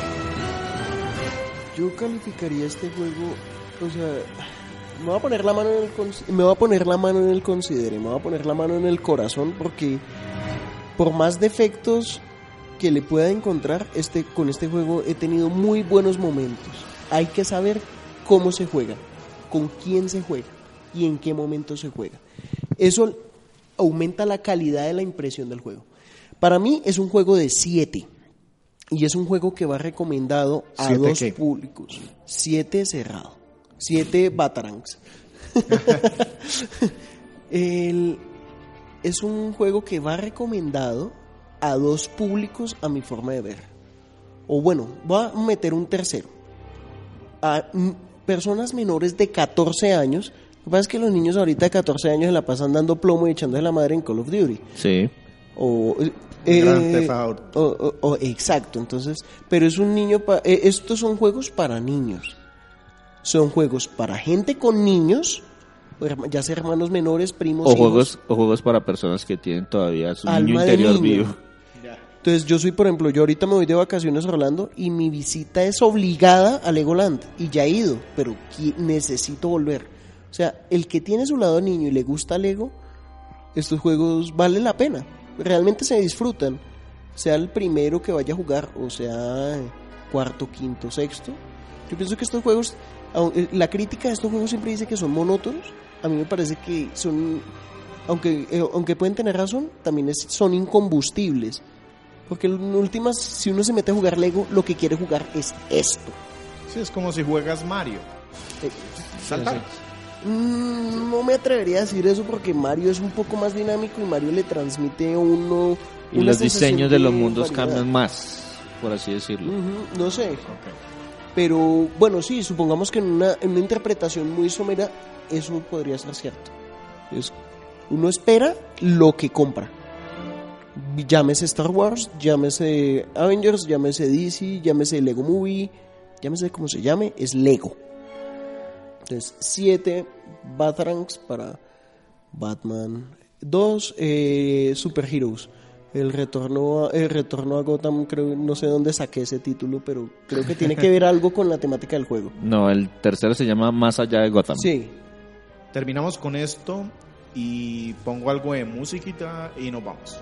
Yo calificaría este juego, o sea, me voy a poner la mano en el cons- me voy a poner la mano en el considere, me voy a poner la mano en el corazón, porque por más defectos que le pueda encontrar, este con este juego he tenido muy buenos momentos. Hay que saber cómo se juega, con quién se juega y en qué momento se juega. Eso aumenta la calidad de la impresión del juego. Para mí es un juego de siete. Y es un juego que va recomendado a ¿Siete dos qué? públicos. Siete cerrado. Siete batarangs. El, es un juego que va recomendado a dos públicos a mi forma de ver. O bueno, voy a meter un tercero. A mm, personas menores de catorce años. Lo que pasa es que los niños ahorita de catorce años se la pasan dando plomo y echándose la madre en Call of Duty. Sí. O... Grand Eh, Theft Auto. o- o- o- exacto, entonces, pero es un niño, pa- eh, estos son juegos para niños, son juegos para gente con niños, herma- ya sea hermanos menores, primos, O hijos. juegos, o juegos para personas que tienen todavía su Alma niño de interior niño. vivo. Entonces yo soy, por ejemplo, yo ahorita me voy de vacaciones a Orlando y mi visita es obligada a Legoland y ya he ido, pero qui- necesito volver. O sea, el que tiene su lado niño y le gusta Lego, estos juegos valen la pena. Realmente se disfrutan, sea el primero que vaya a jugar o sea cuarto, quinto, sexto. Yo pienso que estos juegos, au- eh, la crítica de estos juegos siempre dice que son monótonos. A mí me parece que son, aunque eh, aunque pueden tener razón, también es- son incombustibles. Porque en últimas, si uno se mete a jugar Lego, lo que quiere jugar es esto. Sí, es como si juegas Mario. Eh, Saltar. Mm, no me atrevería a decir eso porque Mario es un poco más dinámico y Mario le transmite a uno Y una los sensación diseños de los mundos variedad. cambian más, por así decirlo. Ujú, no sé. Pero bueno, sí, supongamos que en una, en una interpretación muy somera eso podría ser cierto. Es, uno espera lo que compra. Llámese Star Wars, llámese Avengers, llámese D C, llámese Lego Movie, llámese como se llame, es Lego. Entonces, siete Batarangs para Batman. Dos eh, Super Heroes. El retorno, a, el retorno a Gotham, creo, no sé dónde saqué ese título, pero creo que tiene que ver algo con la temática del juego. No, el tercero se llama Más allá de Gotham. Sí. Terminamos con esto y pongo algo de musiquita y nos vamos.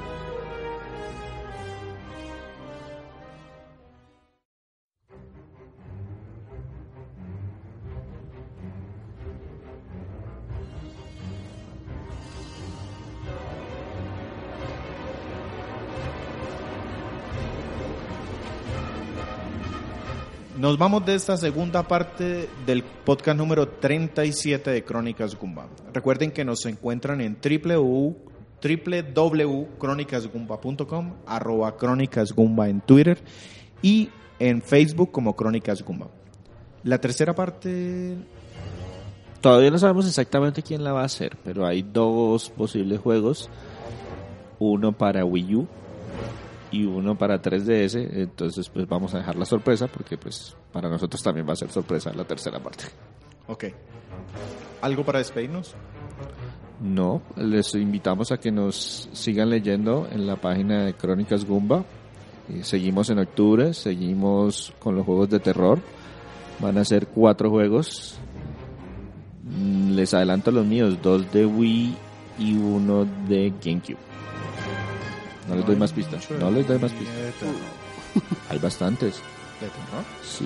Nos vamos de esta segunda parte del podcast número treinta y siete de Crónicas Goomba. Recuerden que nos encuentran en w w w punto crónicas goomba punto com, arroba Crónicas Goomba en Twitter y en Facebook como Crónicas Goomba. La tercera parte... Todavía no sabemos exactamente quién la va a hacer, pero hay dos posibles juegos. Uno para Wii U y uno para tres D S, entonces pues vamos a dejar la sorpresa porque pues para nosotros también va a ser sorpresa la tercera parte. Ok. ¿Algo para despedirnos? No, les invitamos a que nos sigan leyendo en la página de Crónicas Goomba. Eh, seguimos en octubre, seguimos con los juegos de terror. Van a ser cuatro juegos. Mm, les adelanto los míos, dos de Wii y uno de GameCube. No les doy más pistas. No les doy más pistas. Hay bastantes. ¿De terror? Sí.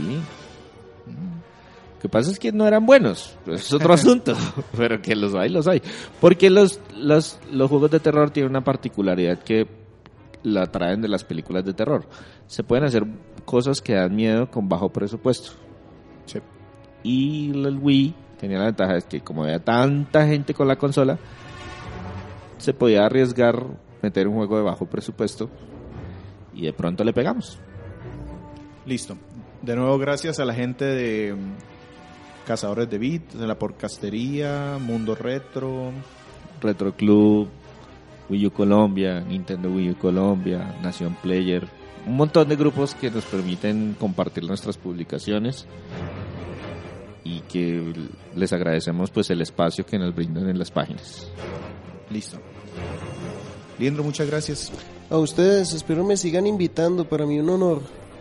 Lo que pasa es que no eran buenos. Es otro asunto. Pero que los hay, los hay. Porque los, los, los juegos de terror tienen una particularidad que la traen de las películas de terror. Se pueden hacer cosas que dan miedo con bajo presupuesto. Sí. Y el Wii tenía la ventaja de que como había tanta gente con la consola, se podía arriesgar meter un juego de bajo presupuesto y de pronto le pegamos. Listo. De nuevo, gracias a la gente de um, Cazadores de Beat, de la Podcastería, Mundo Retro, Retro Club, Wii U Colombia, Nintendo Wii U Colombia, Nación Player, un montón de grupos que nos permiten compartir nuestras publicaciones y que les agradecemos pues el espacio que nos brindan en las páginas. Listo. Leandro, muchas gracias. A ustedes, espero me sigan invitando, para mí un honor.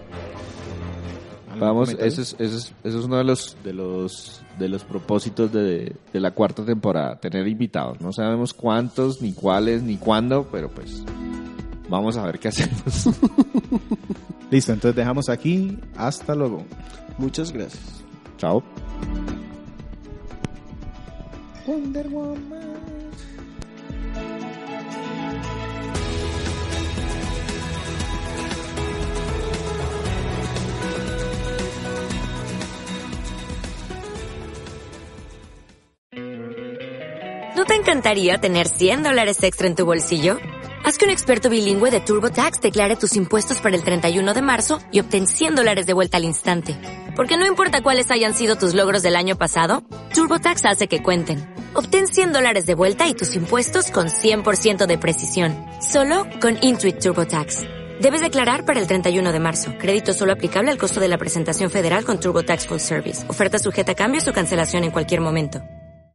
Vamos, ese es, ese es, ese es uno de los de los de los propósitos de, de la cuarta temporada, tener invitados. No sabemos cuántos, ni cuáles, ni cuándo, pero pues vamos a ver qué hacemos. Listo, entonces dejamos aquí. Hasta luego. Muchas gracias. Chao. Wonder Woman. ¿No te encantaría tener cien dólares extra en tu bolsillo? Haz que un experto bilingüe de TurboTax declare tus impuestos para el treinta y uno de marzo y obtén cien dólares de vuelta al instante. Porque no importa cuáles hayan sido tus logros del año pasado, TurboTax hace que cuenten. Obtén cien dólares de vuelta y tus impuestos con cien por ciento de precisión. Solo con Intuit TurboTax. Debes declarar para el treinta y uno de marzo. Crédito solo aplicable al costo de la presentación federal con TurboTax Full Service. Oferta sujeta a cambios o cancelación en cualquier momento.